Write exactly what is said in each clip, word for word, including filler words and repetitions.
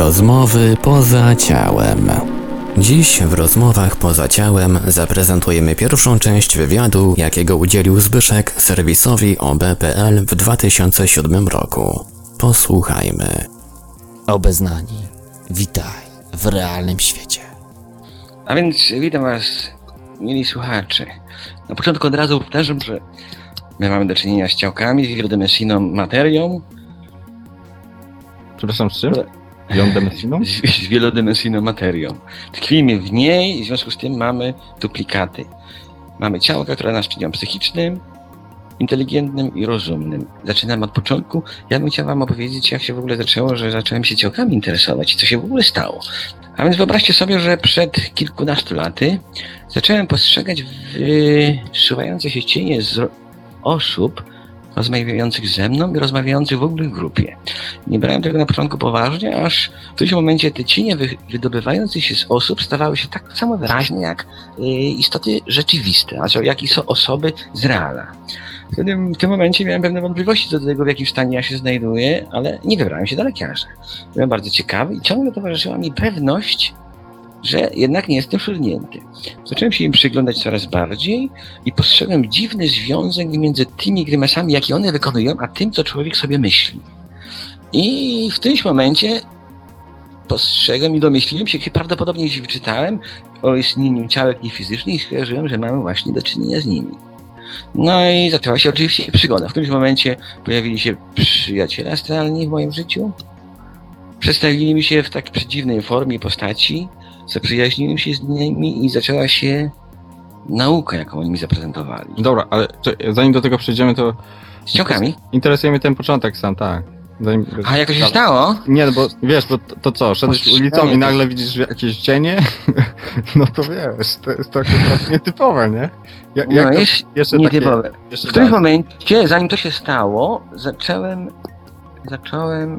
Rozmowy poza ciałem. Dziś w rozmowach poza ciałem zaprezentujemy pierwszą część wywiadu, jakiego udzielił Zbyszek serwisowi O B kropka P L w dwa tysiące siódmym roku. Posłuchajmy. Obeznani, witaj w realnym świecie. A więc witam was, mili słuchacze. Na początku od razu powtarzam, że my mamy do czynienia z ciałkami, z wielodymensyjną materią. Przepraszam, z czym? Wielodymensyjną? Z, z wielodymensyjną materią. Tkwimy w niej i w związku z tym mamy duplikaty. Mamy ciałka, które nas czynią psychicznym, inteligentnym i rozumnym. Zaczynamy od początku. Ja bym chciał wam opowiedzieć, jak się w ogóle zaczęło, że zacząłem się ciałkami interesować i co się w ogóle stało. A więc wyobraźcie sobie, że przed kilkunastu laty zacząłem postrzegać wysuwające się cienie z osób rozmawiających ze mną i rozmawiających w ogóle w grupie. Nie brałem tego na początku poważnie, aż w którymś momencie te cienie wy, wydobywające się z osób stawały się tak samo wyraźne jak y, istoty rzeczywiste, a jak i są osoby z reala. Wtedy w tym momencie miałem pewne wątpliwości co do tego, w jakim stanie ja się znajduję, ale nie wybrałem się do lekarza. Byłem bardzo ciekawy i ciągle towarzyszyła mi pewność, że jednak nie jestem szurnięty. Zacząłem się im przyglądać coraz bardziej i postrzegłem dziwny związek między tymi grymasami, jakie one wykonują, a tym, co człowiek sobie myśli. I w którymś momencie postrzegłem i domyśliłem się, prawdopodobnie gdzieś wyczytałem o istnieniu ciałek niefizycznych i skojarzyłem, że mamy właśnie do czynienia z nimi. No i zaczęła się oczywiście przygoda. W którymś momencie pojawili się przyjaciele astralni w moim życiu. Przedstawili mi się w tak przedziwnej formie postaci. Zaprzyjaźniłem się z nimi i zaczęła się nauka, jaką oni mi zaprezentowali. Dobra, ale zanim do tego przejdziemy, to... Z ciałkami? Interesuje mnie ten początek sam, tak. Zanim... A jak to się stało? Nie, no bo wiesz, bo to, to co, szedłeś ulicą i nagle widzisz jakieś cienie? No to wiesz, to jest trochę nietypowe, nie? Jak, no jak to, jest jeszcze nietypowe. Takie, jeszcze w którymś tak. momencie, zanim to się stało, zacząłem zacząłem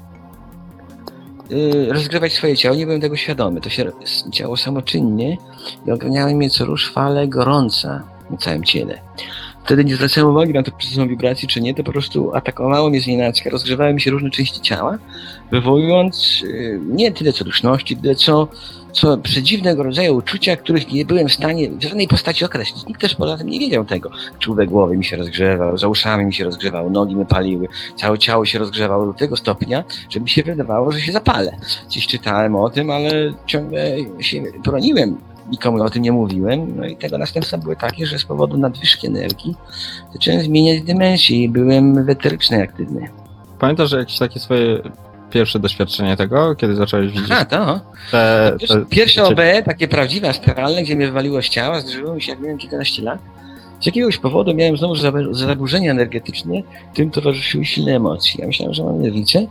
yy, rozgrywać swoje ciało, nie byłem tego świadomy. To się działo samoczynnie i ogarniały mnie co rusz fale gorąca na całym ciele. Wtedy nie zwracałem uwagi na to, czy to są wibracje, czy nie, to po prostu atakowało mnie znienacka, rozgrzewały mi się różne części ciała, wywołując yy, nie tyle co duszności, tyle co, co przedziwnego rodzaju uczucia, których nie byłem w stanie w żadnej postaci określić. Nikt też poza tym nie wiedział tego. Czubek głowy mi się rozgrzewał, za uszami mi się rozgrzewał, nogi mnie paliły, całe ciało się rozgrzewało do tego stopnia, że mi się wydawało, że się zapalę. Gdzieś czytałem o tym, ale ciągle się broniłem. Nikomu o tym nie mówiłem, no i tego następstwa były takie, że z powodu nadwyżki energii zacząłem zmieniać dymensję i byłem weteryczny aktywny. Pamiętasz, że jakieś takie swoje pierwsze doświadczenie tego, kiedy zacząłeś widzieć A, to? te... Pierwsze, te, pierwsze te... O B, takie prawdziwe, astralne, gdzie mnie wywaliło z ciała, zdarzyło mi się, jak miałem kilkanaście lat. Z jakiegoś powodu miałem znowu zaburzenia energetyczne, tym towarzyszyły silne emocje. Ja myślałem, że mam nerwicę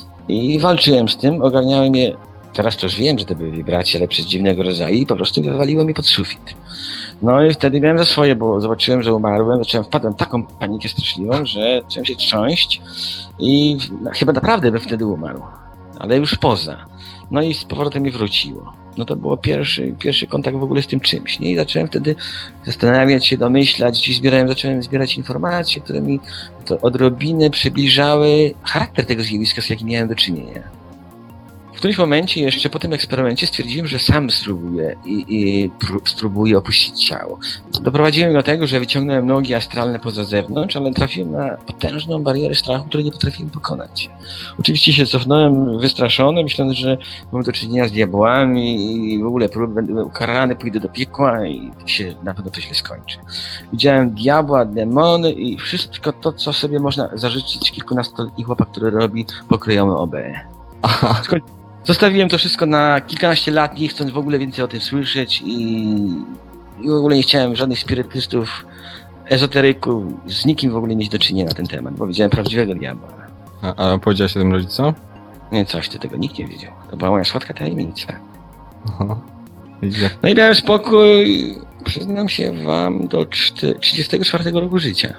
i walczyłem z tym, ogarniałem je. Teraz to już wiem, że to były wibracje, ale przez dziwnego rodzaju i po prostu wywaliło mnie pod sufit. No i wtedy miałem za swoje, bo zobaczyłem, że umarłem, zacząłem, wpadłem w taką panikę straszliwą, że zacząłem się trząść i no, chyba naprawdę bym wtedy umarł, ale już poza. No i z powrotem mi wróciło. No to było pierwszy, pierwszy kontakt w ogóle z tym czymś, nie? I zacząłem wtedy zastanawiać się, domyślać, gdzieś zbierałem, zacząłem zbierać informacje, które mi to odrobinę przybliżały charakter tego zjawiska, z jakim miałem do czynienia. W którymś momencie jeszcze po tym eksperymencie stwierdziłem, że sam spróbuję i, i pró- spróbuję opuścić ciało. Doprowadziłem do tego, że wyciągnąłem nogi astralne poza zewnątrz, ale trafiłem na potężną barierę strachu, której nie potrafiłem pokonać. Oczywiście się cofnąłem wystraszony, myśląc, że mam do czynienia z diabłami i w ogóle będę ukarany, pójdę do piekła i się na pewno to źle skończy. Widziałem diabła, demony i wszystko to, co sobie można zażyczyć kilkunastoletni chłopak, który robi pokryjomy O B. Zostawiłem to wszystko na kilkanaście lat, nie chcąc w ogóle więcej o tym słyszeć i, i w ogóle nie chciałem żadnych spirytystów, ezoteryków, z nikim w ogóle mieć do czynienia na ten temat, bo widziałem prawdziwego diabła. A, a powiedziałeś o tym rodzicom? Nie, coś ty tego nikt nie wiedział. To była moja słodka tajemnica. Aha. No i dałem spokój, przyznam się wam, do trzydziestego czwartego roku życia.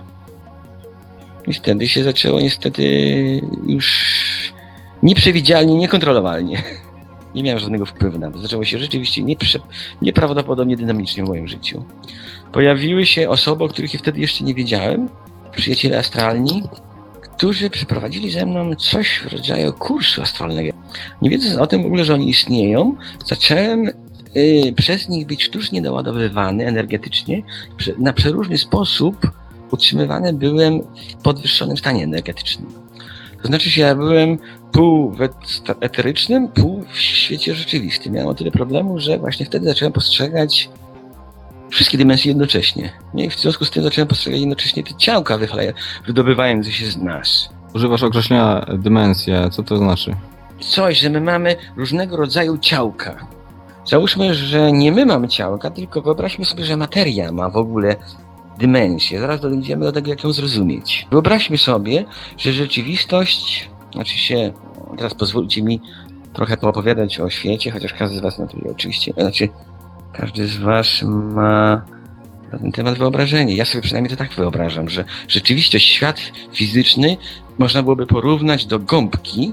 I wtedy się zaczęło niestety już nieprzewidzialnie, niekontrolowalnie. Nie miałem żadnego wpływu na to. Zaczęło się rzeczywiście nieprze... nieprawdopodobnie dynamicznie w moim życiu. Pojawiły się osoby, o których wtedy jeszcze nie wiedziałem. Przyjaciele astralni, którzy przeprowadzili ze mną coś w rodzaju kursu astralnego. Nie wiedząc o tym w ogóle, że oni istnieją, zacząłem y, przez nich być sztucznie doładowywany energetycznie. Prze, na przeróżny sposób utrzymywany byłem w podwyższonym stanie energetycznym. To znaczy, że ja byłem pół w eterycznym, pół w świecie rzeczywistym. Miałem o tyle problemu, że właśnie wtedy zacząłem postrzegać wszystkie dymensje jednocześnie. No i w związku z tym zacząłem postrzegać jednocześnie te ciałka wychalają, wydobywające się z nas. Używasz określenia dymensje, co to znaczy? Coś, że my mamy różnego rodzaju ciałka. Załóżmy, że nie my mamy ciałka, tylko wyobraźmy sobie, że materia ma w ogóle dymensję. Zaraz dojdziemy do tego, jak ją zrozumieć. Wyobraźmy sobie, że rzeczywistość, znaczy się, teraz pozwólcie mi trochę poopowiadać o świecie, chociaż każdy z was na to oczywiście, znaczy każdy z was ma na ten temat wyobrażenie. Ja sobie przynajmniej to tak wyobrażam, że rzeczywistość, świat fizyczny można byłoby porównać do gąbki,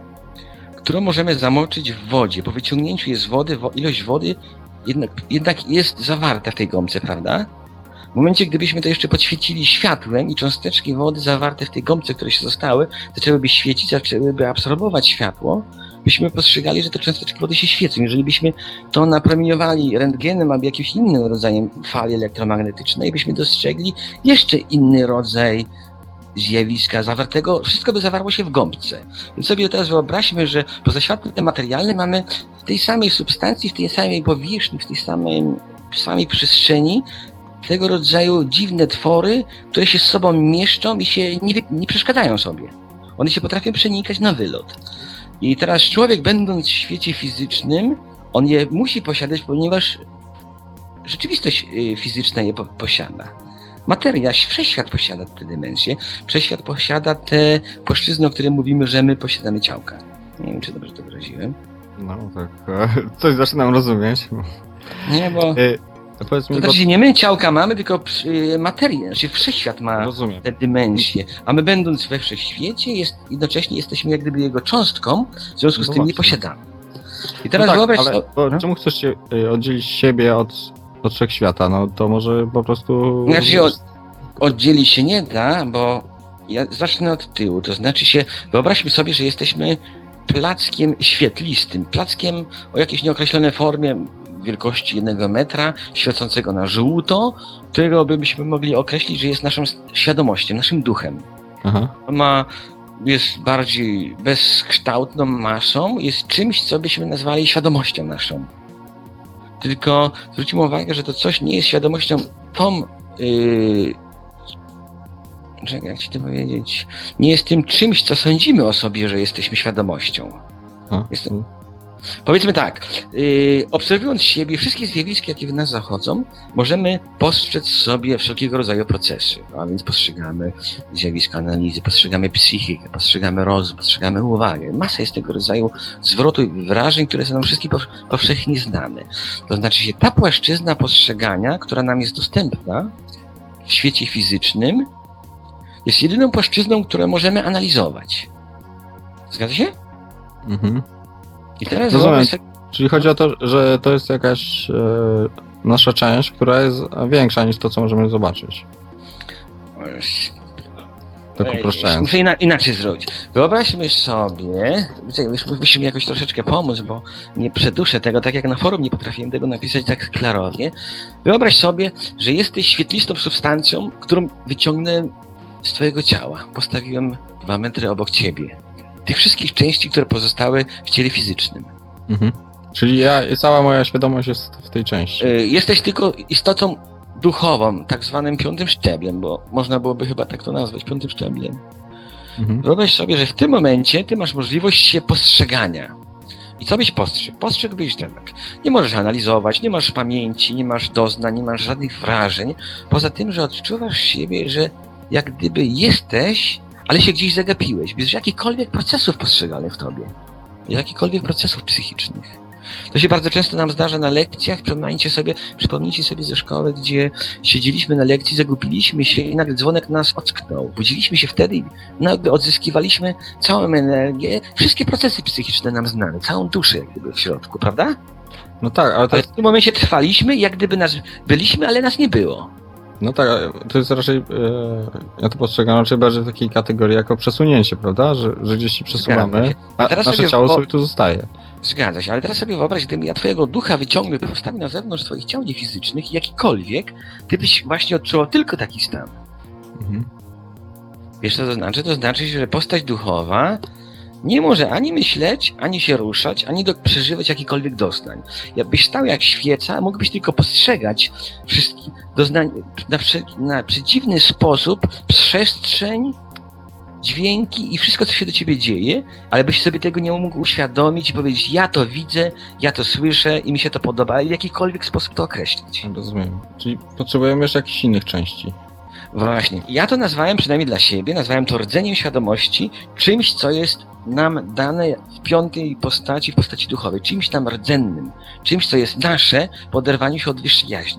którą możemy zamoczyć w wodzie. Po wyciągnięciu jej z wody, wo- ilość wody jednak, jednak jest zawarta w tej gąbce, prawda? W momencie, gdybyśmy to jeszcze podświecili światłem i cząsteczki wody zawarte w tej gąbce, które się zostały, zaczęłyby świecić, zaczęłyby absorbować światło, byśmy postrzegali, że te cząsteczki wody się świecą. Jeżeli byśmy to napromieniowali rentgenem albo jakimś innym rodzajem fali elektromagnetycznej, byśmy dostrzegli jeszcze inny rodzaj zjawiska zawartego, wszystko by zawarło się w gąbce. Więc sobie teraz wyobraźmy, że poza światłem materialnym mamy w tej samej substancji, w tej samej powierzchni, w tej samej, w samej przestrzeni tego rodzaju dziwne twory, które się z sobą mieszczą i się nie, nie przeszkadzają sobie. One się potrafią przenikać na wylot. I teraz człowiek, będąc w świecie fizycznym, on je musi posiadać, ponieważ rzeczywistość fizyczna je po- posiada. Materia, wszechświat posiada te dymensje, wszechświat posiada te płaszczyzny, o których mówimy, że my posiadamy ciałka. Nie wiem, czy dobrze to wyraziłem. No tak, e, coś zaczynam rozumieć. Nie, bo E, powiedz mi, to bo... znaczy nie my ciałka mamy, tylko y, materię, znaczy wszechświat ma Rozumiem. te dymensje, a my będąc we wszechświecie, jest, jednocześnie jesteśmy jak gdyby jego cząstką, w związku z No tym nie właśnie. posiadamy. I teraz no tak, wyobraź ale sobie... bo no? czemu chcesz się e, oddzielić siebie od, od wszechświata? No to może po prostu... Znaczy się od, oddzielić się nie da, bo ja zacznę od tyłu, to znaczy się, wyobraźmy sobie, że jesteśmy plackiem świetlistym, plackiem o jakiejś nieokreślonej formie, wielkości jednego metra, świecącego na żółto, którego byśmy mogli określić, że jest naszą świadomością, naszym duchem. Aha. Ma, jest bardziej bezkształtną masą, jest czymś, co byśmy nazwali świadomością naszą. Tylko zwróćmy uwagę, że to coś nie jest świadomością tą, yy, czekaj, jak ci to powiedzieć, nie jest tym czymś, co sądzimy o sobie, że jesteśmy świadomością. A, Jestem- Powiedzmy tak, yy, obserwując siebie, wszystkie zjawiska, jakie w nas zachodzą, możemy postrzec sobie wszelkiego rodzaju procesy. A więc postrzegamy zjawiska analizy, postrzegamy psychikę, postrzegamy rozum, postrzegamy uwagę. Masa jest tego rodzaju zwrotów i wrażeń, które są nam wszystkim pow- powszechnie znane. To znaczy się ta płaszczyzna postrzegania, która nam jest dostępna w świecie fizycznym, jest jedyną płaszczyzną, którą możemy analizować. Zgadza się? Mhm. I teraz Rozumiem. wyobraź sobie, Czyli chodzi o to, że to jest jakaś e, nasza część, która jest większa niż to, co możemy zobaczyć. Tak Ej, uproszczając. Muszę ina- inaczej zrobić. Wyobraźmy sobie, już musimy mi jakoś troszeczkę pomóc, bo nie przeduszę tego, tak jak na forum nie potrafiłem tego napisać tak klarownie. Wyobraź sobie, że jesteś świetlistą substancją, którą wyciągnę z twojego ciała. Postawiłem dwa metry obok ciebie. Tych wszystkich części, które pozostały w ciele fizycznym. Mhm. Czyli ja, cała moja świadomość jest w tej części. Y, Jesteś tylko istotą duchową, tak zwanym piątym szczeblem, bo można byłoby chyba tak to nazwać, piątym szczeblem. Mhm. Wyobraź sobie, że w tym momencie ty masz możliwość się postrzegania. I co byś postrzegł? Postrzegłbyś tak. Nie możesz analizować, nie masz pamięci, nie masz doznań, nie masz żadnych wrażeń. Poza tym, że odczuwasz siebie, że jak gdyby jesteś, ale się gdzieś zagapiłeś, bez jakichkolwiek procesów postrzeganych w tobie. Jakichkolwiek procesów psychicznych. To się bardzo często nam zdarza na lekcjach. Przypomnijcie sobie, przypomnijcie sobie ze szkoły, gdzie siedzieliśmy na lekcji, zagubiliśmy się i nagle dzwonek nas ocknął. Budziliśmy się wtedy i nagle odzyskiwaliśmy całą energię, wszystkie procesy psychiczne nam znane, całą duszę jak gdyby w środku, prawda? No tak, ale to Ale jest, w tym momencie trwaliśmy, jak gdyby nas byliśmy, ale nas nie było. No tak, to jest raczej, e, ja to postrzegam raczej bardziej w takiej kategorii jako przesunięcie, prawda? Że, że gdzieś się przesuwamy, Zgadza się. A a teraz nasze sobie ciało wo- sobie tu zostaje. Zgadza się, ale teraz sobie wyobraź, gdybym ja twojego ducha wyciągnął i postawił na zewnątrz twoich ciał niefizycznych, jakikolwiek, ty byś właśnie odczuwał tylko taki stan. Mhm. Wiesz co to znaczy? To znaczy, że postać duchowa nie może ani myśleć, ani się ruszać, ani do, przeżywać jakichkolwiek doznań. Jakbyś stał jak świeca, mógłbyś tylko postrzegać wszystkie doznań na, prze, na przeciwny sposób przestrzeń, dźwięki i wszystko, co się do ciebie dzieje, ale byś sobie tego nie mógł uświadomić i powiedzieć, ja to widzę, ja to słyszę i mi się to podoba, ale w jakikolwiek sposób to określić. Rozumiem. Czyli potrzebujemy jeszcze jakichś innych części. Właśnie. Ja to nazwałem, przynajmniej dla siebie, nazwałem to rdzeniem świadomości, czymś, co jest nam dane w piątej postaci, w postaci duchowej, czymś tam rdzennym, czymś, co jest nasze po oderwaniu się od wyższej jaźni.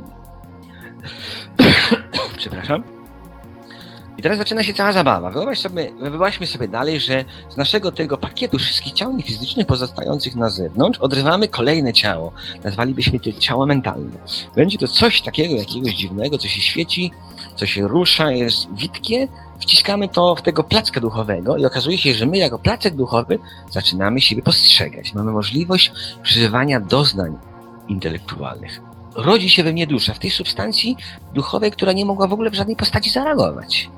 Przepraszam. I teraz zaczyna się cała zabawa. Wyobraź sobie, wyobraźmy sobie dalej, że z naszego tego pakietu wszystkich ciał niefizycznych pozostających na zewnątrz odrywamy kolejne ciało. Nazwalibyśmy to ciało mentalne. Będzie to coś takiego, jakiegoś dziwnego, co się świeci, co się rusza, jest witkie. Wciskamy to w tego placka duchowego i okazuje się, że my jako placek duchowy zaczynamy siebie postrzegać. Mamy możliwość przeżywania doznań intelektualnych. Rodzi się we mnie dusza, w tej substancji duchowej, która nie mogła w ogóle w żadnej postaci zareagować.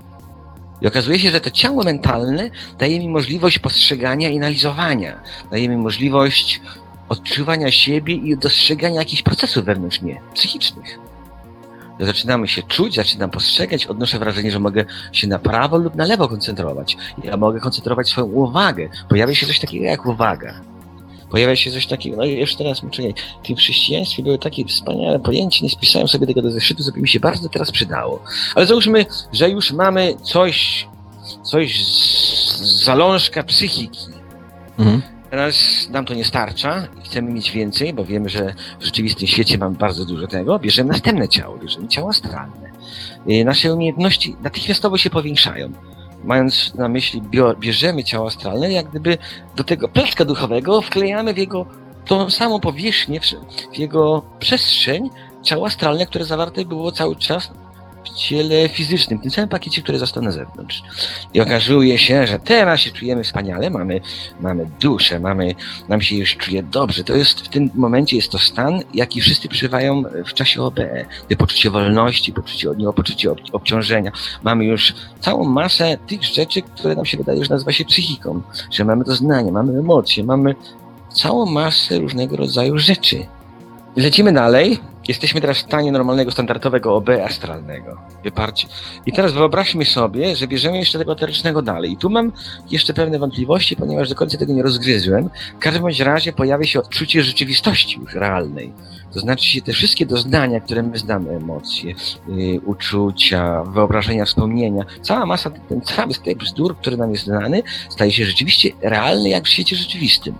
I okazuje się, że to ciało mentalne daje mi możliwość postrzegania i analizowania. Daje mi możliwość odczuwania siebie i dostrzegania jakichś procesów wewnątrz mnie, psychicznych. Zaczynamy się czuć, zaczynam postrzegać, odnoszę wrażenie, że mogę się na prawo lub na lewo koncentrować. Ja mogę koncentrować swoją uwagę. Pojawia się coś takiego jak uwaga. Pojawia się coś takiego, no i jeszcze teraz muszę powiedzieć, w tym chrześcijaństwie były takie wspaniałe pojęcie, nie spisałem sobie tego do zeszytu, co by mi się bardzo teraz przydało. Ale załóżmy, że już mamy coś, coś z, z zalążka psychiki. Mhm. Teraz nam to nie starcza i chcemy mieć więcej, bo wiemy, że w rzeczywistym świecie mamy bardzo dużo tego. Bierzemy następne ciało, bierzemy ciało astralne. Yy, Nasze umiejętności natychmiastowo się powiększają. Mając na myśli, bierzemy ciało astralne, jak gdyby do tego placka duchowego wklejamy w jego tą samą powierzchnię, w, w jego przestrzeń ciało astralne, które zawarte było cały czas w ciele fizycznym, w tym samym pakiecie, który został na zewnątrz. I okazuje się, że teraz się czujemy wspaniale, mamy, mamy duszę, mamy, nam się już czuje dobrze. To jest w tym momencie jest to stan, jaki wszyscy przeżywają w czasie O B E. Poczucie wolności, poczucie, nie, poczucie ob, obciążenia. Mamy już całą masę tych rzeczy, które nam się wydaje, że nazywa się psychiką. Że mamy doznania, mamy emocje, mamy całą masę różnego rodzaju rzeczy. Lecimy dalej. Jesteśmy teraz w stanie normalnego, standardowego O B astralnego. Wyparcie. I teraz wyobraźmy sobie, że bierzemy jeszcze tego eterycznego dalej. I tu mam jeszcze pewne wątpliwości, ponieważ do końca tego nie rozgryzłem. W każdym bądź razie pojawia się odczucie rzeczywistości już realnej. To znaczy się te wszystkie doznania, które my znamy, emocje, yy, uczucia, wyobrażenia, wspomnienia, cała masa, ten cały sklep bzdur, który nam jest znany, staje się rzeczywiście realny jak w świecie rzeczywistym.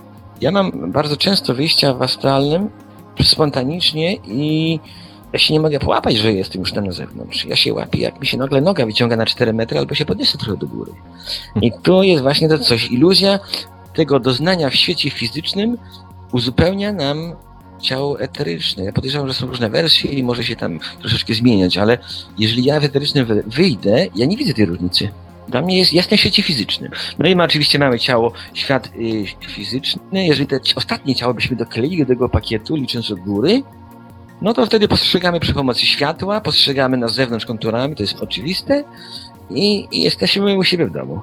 Ja mam bardzo często wyjścia w astralnym, spontanicznie i ja się nie mogę połapać, że jestem już tam na zewnątrz. Ja się łapię, jak mi się nagle noga wyciąga na cztery metry, albo się podniosę trochę do góry. I to jest właśnie to coś. Iluzja tego doznania w świecie fizycznym uzupełnia nam ciało eteryczne. Ja podejrzewam, że są różne wersje i może się tam troszeczkę zmieniać, ale jeżeli ja w eterycznym wyjdę, ja nie widzę tej różnicy. Dla mnie jest jasne w świecie fizycznym. No i ma oczywiście mamy ciało, świat y, fizyczny. Jeżeli te ostatnie ciało byśmy dokleili do tego pakietu, licząc od góry, no to wtedy postrzegamy przy pomocy światła, postrzegamy na zewnątrz konturami, to jest oczywiste i, i jesteśmy u siebie w domu.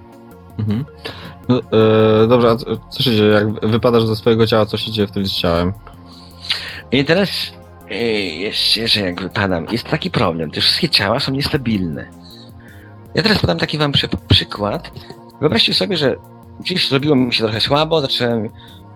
Mhm. No, e, dobrze, a co się dzieje? Jak wypadasz ze swojego ciała, co się dzieje wtedy z ciałem? I teraz y, jeszcze, że jak wypadam, jest taki problem, te wszystkie ciała są niestabilne. Ja teraz podam taki wam przy, przykład. Wyobraźcie sobie, że gdzieś zrobiło mi się trochę słabo, zacząłem,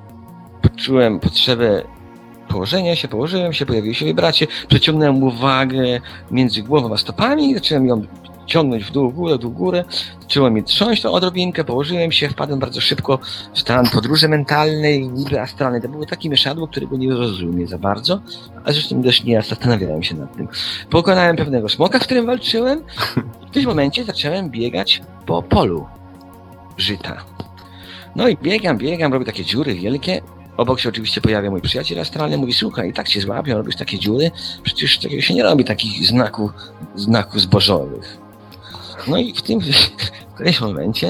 poczułem potrzebę położenia się, położyłem się, pojawiły się wibracje, przeciągnąłem uwagę między głową a stopami i zacząłem ją ciągnąć w dół, w górę, w dół, w górę. Zaczęło mi trząść to odrobinkę, położyłem się, wpadłem bardzo szybko w stan podróży mentalnej, niby astralnej. To było takie mieszadło, którego nie rozumiem za bardzo, a zresztą też nie zastanawiałem się nad tym. Pokonałem pewnego smoka, w którym walczyłem i w tym momencie zacząłem biegać po polu żyta. No i biegam, biegam, robię takie dziury wielkie Obok się oczywiście pojawia mój przyjaciel astralny, mówi, słuchaj, i tak cię złapią, robisz takie dziury, przecież takiego się nie robi, takich znaków, znaków zbożowych. No i w tym w którymś momencie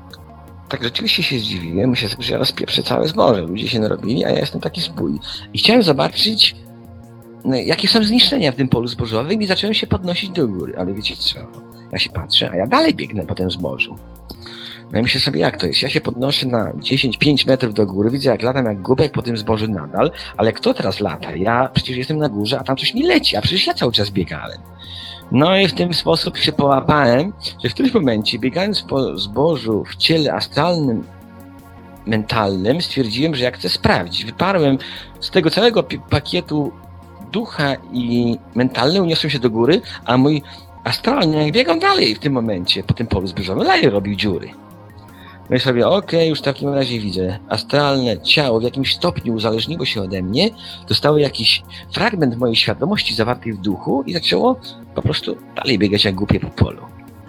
tak rzeczywiście się zdziwiłem, myślę sobie, że ja rozpieprzę całe zboże, ludzie się narobili, a ja jestem taki zbój. I chciałem zobaczyć, no, jakie są zniszczenia w tym polu zbożowym i zacząłem się podnosić do góry, ale wiecie co, ja się patrzę, a ja dalej biegnę po tym zbożu. No i myślę sobie, jak to jest? Ja się podnoszę na dziesięć pięć metrów do góry, widzę jak latam jak głupek po tym zbożu nadal, ale kto teraz lata? Ja przecież jestem na górze, a tam coś mi leci, a przecież ja cały czas biegałem. No i w ten sposób się połapałem, że w którymś momencie, biegając po zbożu w ciele astralnym, mentalnym, stwierdziłem, że jak chcę sprawdzić. Wyparłem z tego całego pi- pakietu ducha i mentalny, uniosłem się do góry, a mój astralny, jak biegam dalej w tym momencie, po tym polu zbożowym, dalej robił dziury. No i sobie, okej, okay, już w takim razie widzę, astralne ciało w jakimś stopniu uzależniło się ode mnie, dostało jakiś fragment mojej świadomości zawartej w duchu i zaczęło po prostu dalej biegać jak głupie po polu.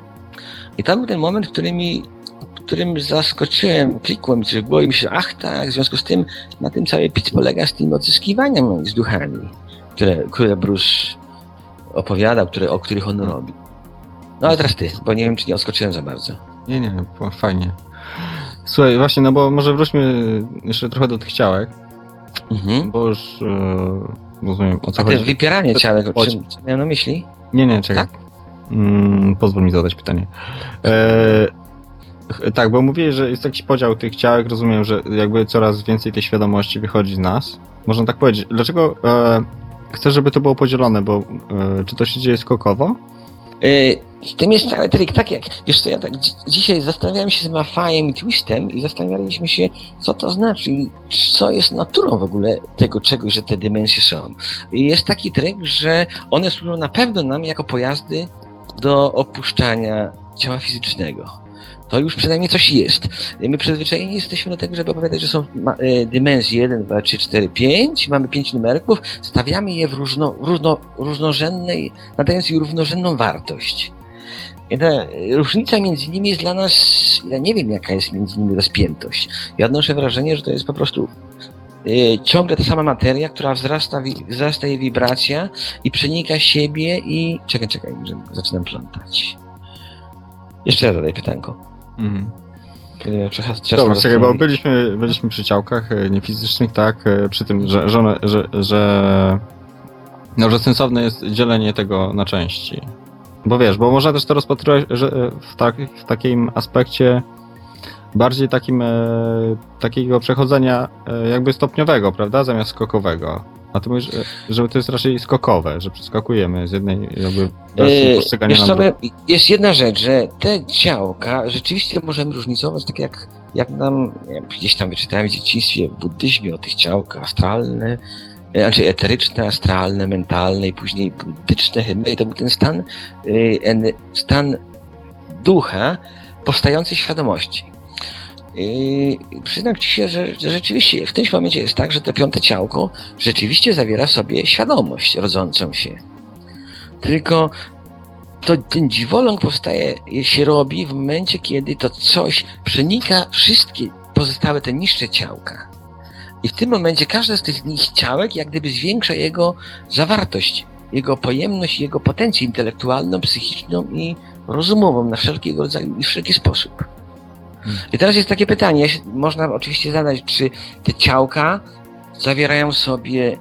I to był ten moment, w którym, mi, w którym zaskoczyłem, klikło mi coś w głowie i myślę, ach tak, w związku z tym na tym cały pic polega z tym odzyskiwaniem z duchami, które, które Bruce opowiadał, które, o których on robi. No ale teraz ty, bo nie wiem, czy nie odskoczyłem za bardzo. Nie, nie, było fajnie. Słuchaj, właśnie, no bo może wróćmy jeszcze trochę do tych ciałek, Mhm. bo już e, rozumiem, o co A to jest chodzi. wypieranie To- ciałek, o chodź. czym co miałem na myśli? Nie, nie, czekaj. Mm, pozwól mi zadać pytanie. E, ch- tak, bo mówię, że jest jakiś podział tych ciałek, rozumiem, że jakby coraz więcej tej świadomości wychodzi z nas. Można tak powiedzieć. Dlaczego e, chcę, żeby to było podzielone, bo e, czy to się dzieje skokowo? Yy, w tym jest cały trik, tak jak, wiesz co, ja tak dzi- dzisiaj zastanawiałem się z Mafajem i Twistem i zastanawialiśmy się, co to znaczy i co jest naturą w ogóle tego czegoś, że te dymensje są. I jest taki trik, że one służą na pewno nam jako pojazdy do opuszczania ciała fizycznego. To już przynajmniej coś jest. My przyzwyczajeni jesteśmy do tego, żeby opowiadać, że są ma- y, dymensje jeden, dwa, trzy, cztery, pięć, mamy pięć numerków, stawiamy je w, różno, różno, różnorzędnej, nadając im równorzędną wartość. I ta różnica między nimi jest dla nas, ja nie wiem jaka jest między nimi rozpiętość. Ja odnoszę wrażenie, że to jest po prostu y, ciągle ta sama materia, która wzrasta, wi- wzrasta jej wibracja i przenika siebie i... Czekaj, czekaj, że zaczynam plątać. Jeszcze raz zadaj pytanko. Mhm. Kiedy czas, czas Dobra, na czekaj, bo zastanowić. byliśmy, byliśmy przy ciałkach e, niefizycznych, tak, e, przy tym, że, że, one, że, że, no, że sensowne jest dzielenie tego na części. Bo wiesz, bo można też to rozpatrywać że e, w, tak, w takim aspekcie bardziej takim e, takiego przechodzenia e, jakby stopniowego, prawda, zamiast skokowego. A ty mówisz, e, że to jest raczej skokowe, że przeskakujemy z jednej jakby wersji Yy, postrzegania wiesz na co, drugą. my- jest jedna rzecz, że te ciałka rzeczywiście możemy różnicować, tak jak, jak nam, nie wiem, gdzieś tam wyczytałem w dzieciństwie w buddyzmie o tych ciałkach astralne, e, znaczy eteryczne, astralne, mentalne i później buddyczne, i to był ten stan, yy, en- stan ducha powstającej świadomości. Yy, przyznam ci się, że, że rzeczywiście w tym momencie jest tak, że to piąte ciałko rzeczywiście zawiera w sobie świadomość rodzącą się. Tylko to ten dziwoląg powstaje, się robi w momencie, kiedy to coś przenika wszystkie pozostałe te niższe ciałka. I w tym momencie każde z tych nich ciałek jak gdyby zwiększa jego zawartość, jego pojemność, jego potencję intelektualną, psychiczną i rozumową na wszelkiego rodzaju i wszelki sposób. I teraz jest takie pytanie, ja się- można oczywiście zadać, czy te ciałka zawierają w sobie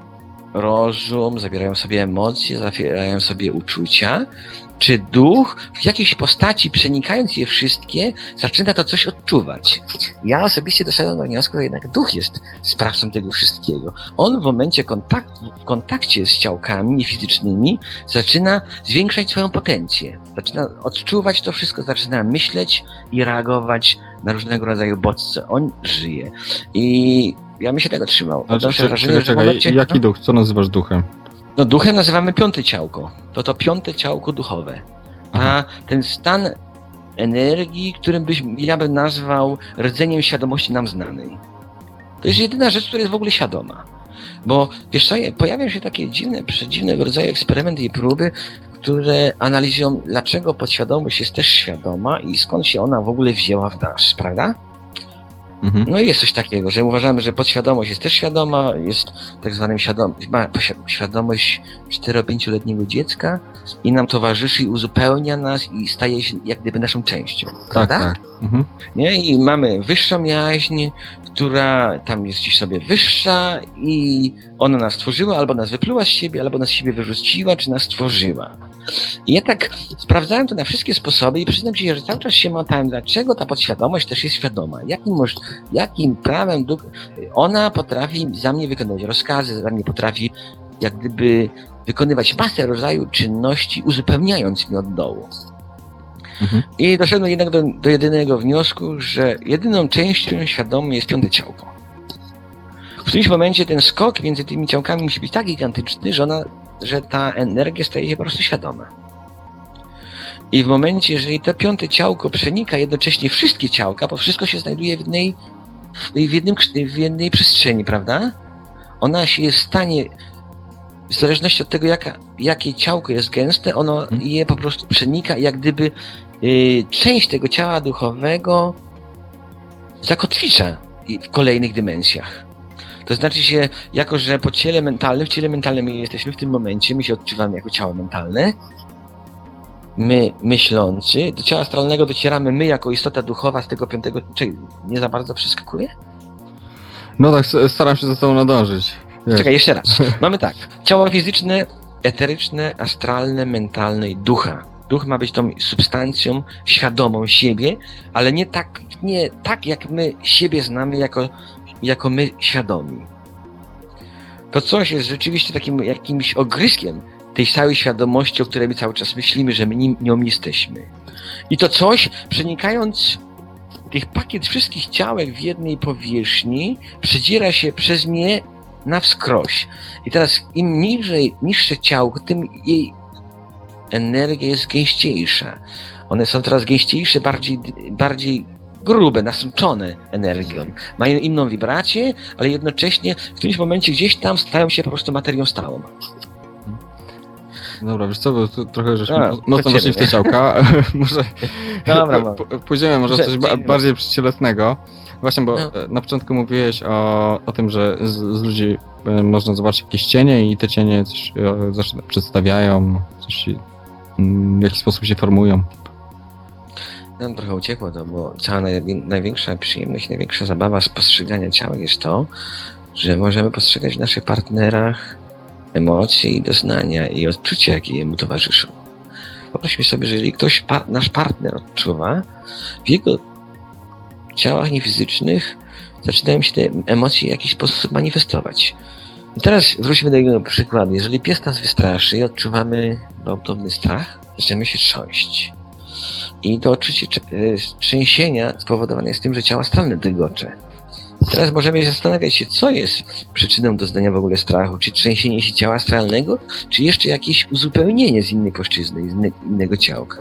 rozum, zawierają sobie emocje, zawierają sobie uczucia, czy duch w jakiejś postaci, przenikając je wszystkie, zaczyna to coś odczuwać. Ja osobiście doszedłem do wniosku, że jednak duch jest sprawcą tego wszystkiego. On w momencie kontaktu, w kontakcie z ciałkami niefizycznymi zaczyna zwiększać swoją potencję. Zaczyna odczuwać to wszystko, zaczyna myśleć i reagować na różnego rodzaju bodźce. On żyje. I ja bym się tego trzymał. Znaczy, Odnoszę czekaj, wrażenie, czekaj, że w czekaj, momencie... jaki duch? Co nazywasz duchem? No duchem nazywamy piąte ciałko. To to piąte ciałko duchowe. A ten stan energii, którym byś, ja bym nazwał rdzeniem świadomości nam znanej. To jest jedyna rzecz, która jest w ogóle świadoma. Bo wiesz co, pojawiają się takie dziwne, przedziwnego rodzaju eksperymenty i próby, które analizują, dlaczego podświadomość jest też świadoma i skąd się ona w ogóle wzięła w nas, prawda? Mhm. No i jest coś takiego, że uważamy, że podświadomość jest też świadoma, jest tak zwanym świadom, ma świadomość cztero-pięcioletniego dziecka i nam towarzyszy i uzupełnia nas i staje się jak gdyby naszą częścią. Tak, Prawda? tak. Mhm. Nie? I mamy wyższą jaźń, która tam jest gdzieś sobie wyższa i ona nas stworzyła, albo nas wypluła z siebie, albo nas z siebie wyrzuciła, czy nas stworzyła. I ja tak sprawdzałem to na wszystkie sposoby i przyznam ci, że cały czas się motałem, dlaczego ta podświadomość też jest świadoma. Jakim, moż, jakim prawem dóbr... ona potrafi za mnie wykonywać rozkazy, za mnie potrafi jak gdyby wykonywać masę rodzaju czynności, uzupełniając mnie od dołu. Mhm. I doszedłem jednak do, do jedynego wniosku, że jedyną częścią świadomą jest piąte ciałko. W którymś momencie ten skok między tymi ciałkami musi być tak gigantyczny, że ona, że ta energia staje się po prostu świadoma. I w momencie, jeżeli to piąte ciałko przenika jednocześnie wszystkie ciałka, bo wszystko się znajduje w jednej, w jednym, w jednej przestrzeni, prawda? Ona się jest w stanie, w zależności od tego, jaka, jakie ciałko jest gęste, ono je po prostu przenika i jak gdyby y, część tego ciała duchowego zakotwicza w kolejnych dymensjach. To znaczy się, jako że po ciele mentalnym, w ciele mentalnym my jesteśmy w tym momencie, my się odczuwamy jako ciało mentalne, my myślący, do ciała astralnego docieramy my jako istota duchowa z tego piątego, czy nie za bardzo przeskakuje? No tak, s- staram się za sobą nadążyć. Wiesz. Czekaj, jeszcze raz. Mamy tak, ciało fizyczne, eteryczne, astralne, mentalne i ducha. Duch ma być tą substancją świadomą siebie, ale nie tak, nie tak jak my siebie znamy jako, jako my świadomi. To coś jest rzeczywiście takim jakimś ogryskiem tej całej świadomości, o której my cały czas myślimy, że my nim, nią jesteśmy. I to coś, przenikając tych pakiet wszystkich ciałek w jednej powierzchni, przedziera się przez nie na wskroś. I teraz im niżej, niższe ciałko, tym jej energia jest gęściejsza. One są coraz gęściejsze, bardziej, bardziej grube, nasączone energią. Mają inną wibrację, ale jednocześnie w którymś momencie gdzieś tam stają się po prostu materią stałą. Dobra, wiesz co, bo tu trochę żeśmy A, mocno to weszli w te ciebie. ciałka. Może Dobra, p- p- pójdziemy może Że- coś ba- że- bardziej przycielesnego. Właśnie, bo No. e, na początku mówiłeś o, o tym, że z, z ludzi e, można zobaczyć jakieś cienie i te cienie coś e, zawsze przedstawiają, coś się, mm, w jakiś sposób się formują. Nam trochę uciekło to, bo cała najwię- największa przyjemność, największa zabawa z postrzegania ciała jest to, że możemy postrzegać w naszych partnerach emocje i doznania i odczucia, jakie jemu towarzyszą. Poprośmy sobie, że jeżeli ktoś, pa- nasz partner odczuwa, w jego ciałach niefizycznych zaczynają się te emocje w jakiś sposób manifestować. I teraz wróćmy do jego przykładu. Jeżeli pies nas wystraszy i odczuwamy gwałtowny strach, zaczynamy się trząść. I to odczucie trze- y, trzęsienia spowodowane jest tym, że ciało astralne dygocze. Teraz możemy zastanawiać się, co jest przyczyną doznania w ogóle strachu. Czy trzęsienie się ciała astralnego, czy jeszcze jakieś uzupełnienie z innej płaszczyzny, z inne, innego ciałka.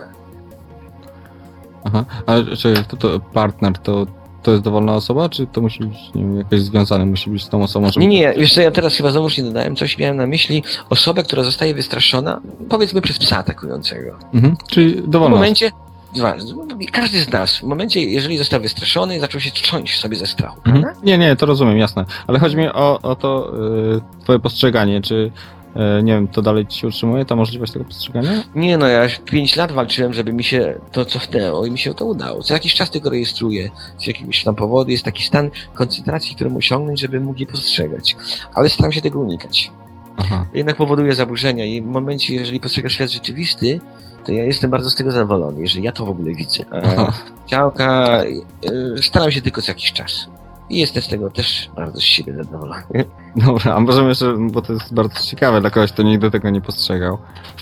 Aha, ale czy to, to partner to, to jest dowolna osoba, czy to musi być nie wiem, jakoś związane, musi być z tą osobą, żeby... Nie, nie, wiesz co, ja teraz chyba znowuż nie dodałem, coś miałem na myśli, osobę, która zostaje wystraszona, powiedzmy przez psa atakującego. Mhm, czyli W dowolna momencie, dwa, każdy z nas, w momencie, jeżeli został wystraszony, zaczął się trząść sobie ze strachu, Mhm. prawda? Nie, nie, to rozumiem, jasne. Ale chodzi mi o, o to y, twoje postrzeganie, czy y, nie wiem, to dalej ci się utrzymuje, ta możliwość tego postrzegania? Nie no, ja już pięć lat walczyłem, żeby mi się to cofnęło i mi się to udało. Co jakiś czas tylko rejestruję, z jakiegoś tam powodu jest taki stan koncentracji, który muszę osiągnąć, żeby mógł je postrzegać. Ale staram się tego unikać. Aha. Jednak powoduje zaburzenia i w momencie, jeżeli postrzega świat rzeczywisty, to ja jestem bardzo z tego zadowolony, jeżeli ja to w ogóle widzę. A ciałka y, staram się tylko co jakiś czas. I jestem z tego też bardzo z siebie zadowolony. Dobra, a możemy jeszcze, bo to jest bardzo ciekawe dla kogoś, kto nigdy tego nie postrzegał.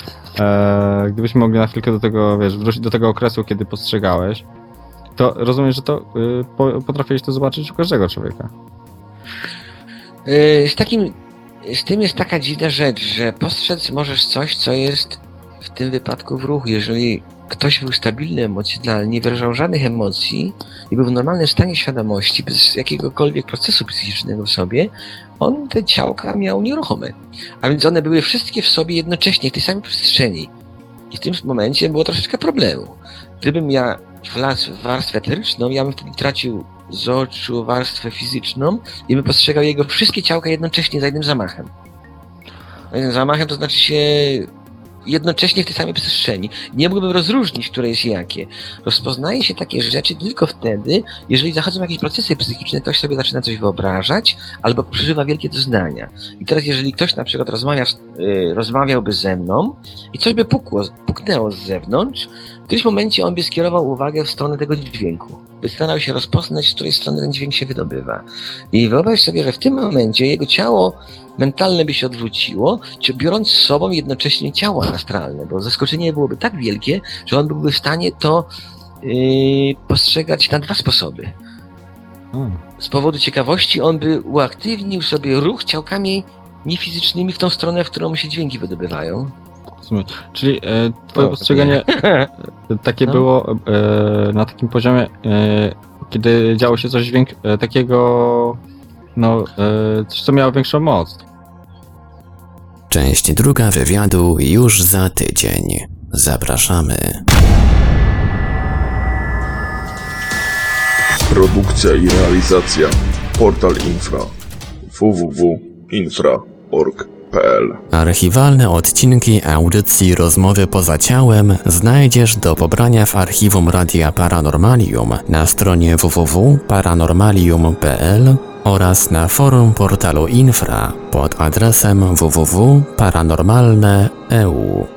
E, gdybyśmy mogli na chwilkę do tego, wiesz, wrócić do tego okresu, kiedy postrzegałeś, to rozumiem, że to y, po, potrafiłeś to zobaczyć u każdego człowieka. Y, Z takim, z tym jest taka dziwna rzecz, że postrzec możesz coś, co jest w tym wypadku w ruchu. Jeżeli ktoś był stabilny emocjonalnie, nie wyrażał żadnych emocji i był w normalnym stanie świadomości, bez jakiegokolwiek procesu psychicznego w sobie, on te ciałka miał nieruchome. A więc one były wszystkie w sobie jednocześnie, w tej samej przestrzeni. I w tym momencie było troszeczkę problemu. Gdybym ja wlazł w warstwę eteryczną, ja bym wtedy tracił z oczu warstwę fizyczną i by postrzegał jego wszystkie ciałka jednocześnie za jednym zamachem. Za jednym zamachem to znaczy się jednocześnie w tej samej przestrzeni. Nie mógłbym rozróżnić, które jest jakie. Rozpoznaje się takie rzeczy tylko wtedy, jeżeli zachodzą jakieś procesy psychiczne, ktoś sobie zaczyna coś wyobrażać albo przeżywa wielkie doznania. I teraz jeżeli ktoś na przykład rozmawia, yy, rozmawiałby ze mną i coś by pukło, puknęło z zewnątrz, w którymś momencie on by skierował uwagę w stronę tego dźwięku. By starał się rozpoznać, z której strony ten dźwięk się wydobywa. I wyobraź sobie, że w tym momencie jego ciało mentalne by się odwróciło, czy biorąc z sobą jednocześnie ciało astralne, bo zaskoczenie byłoby tak wielkie, że on byłby w stanie to yy, postrzegać na dwa sposoby. Hmm. Z powodu ciekawości on by uaktywnił sobie ruch ciałkami niefizycznymi w tą stronę, w którą się dźwięki wydobywają. W sumie. Czyli e, twoje O, postrzeganie takie No. było e, na takim poziomie, e, kiedy działo się coś dźwięk e, takiego, no, e, coś co miało większą moc. Część druga wywiadu już za tydzień. Zapraszamy. Produkcja i realizacja Portal Infra w w w kropka infra kropka org kropka p l. Archiwalne odcinki audycji Rozmowy poza ciałem znajdziesz do pobrania w archiwum Radia Paranormalium na stronie w w w kropka paranormalium kropka p l oraz na forum portalu Infra pod adresem w w w kropka paranormalne kropka e u.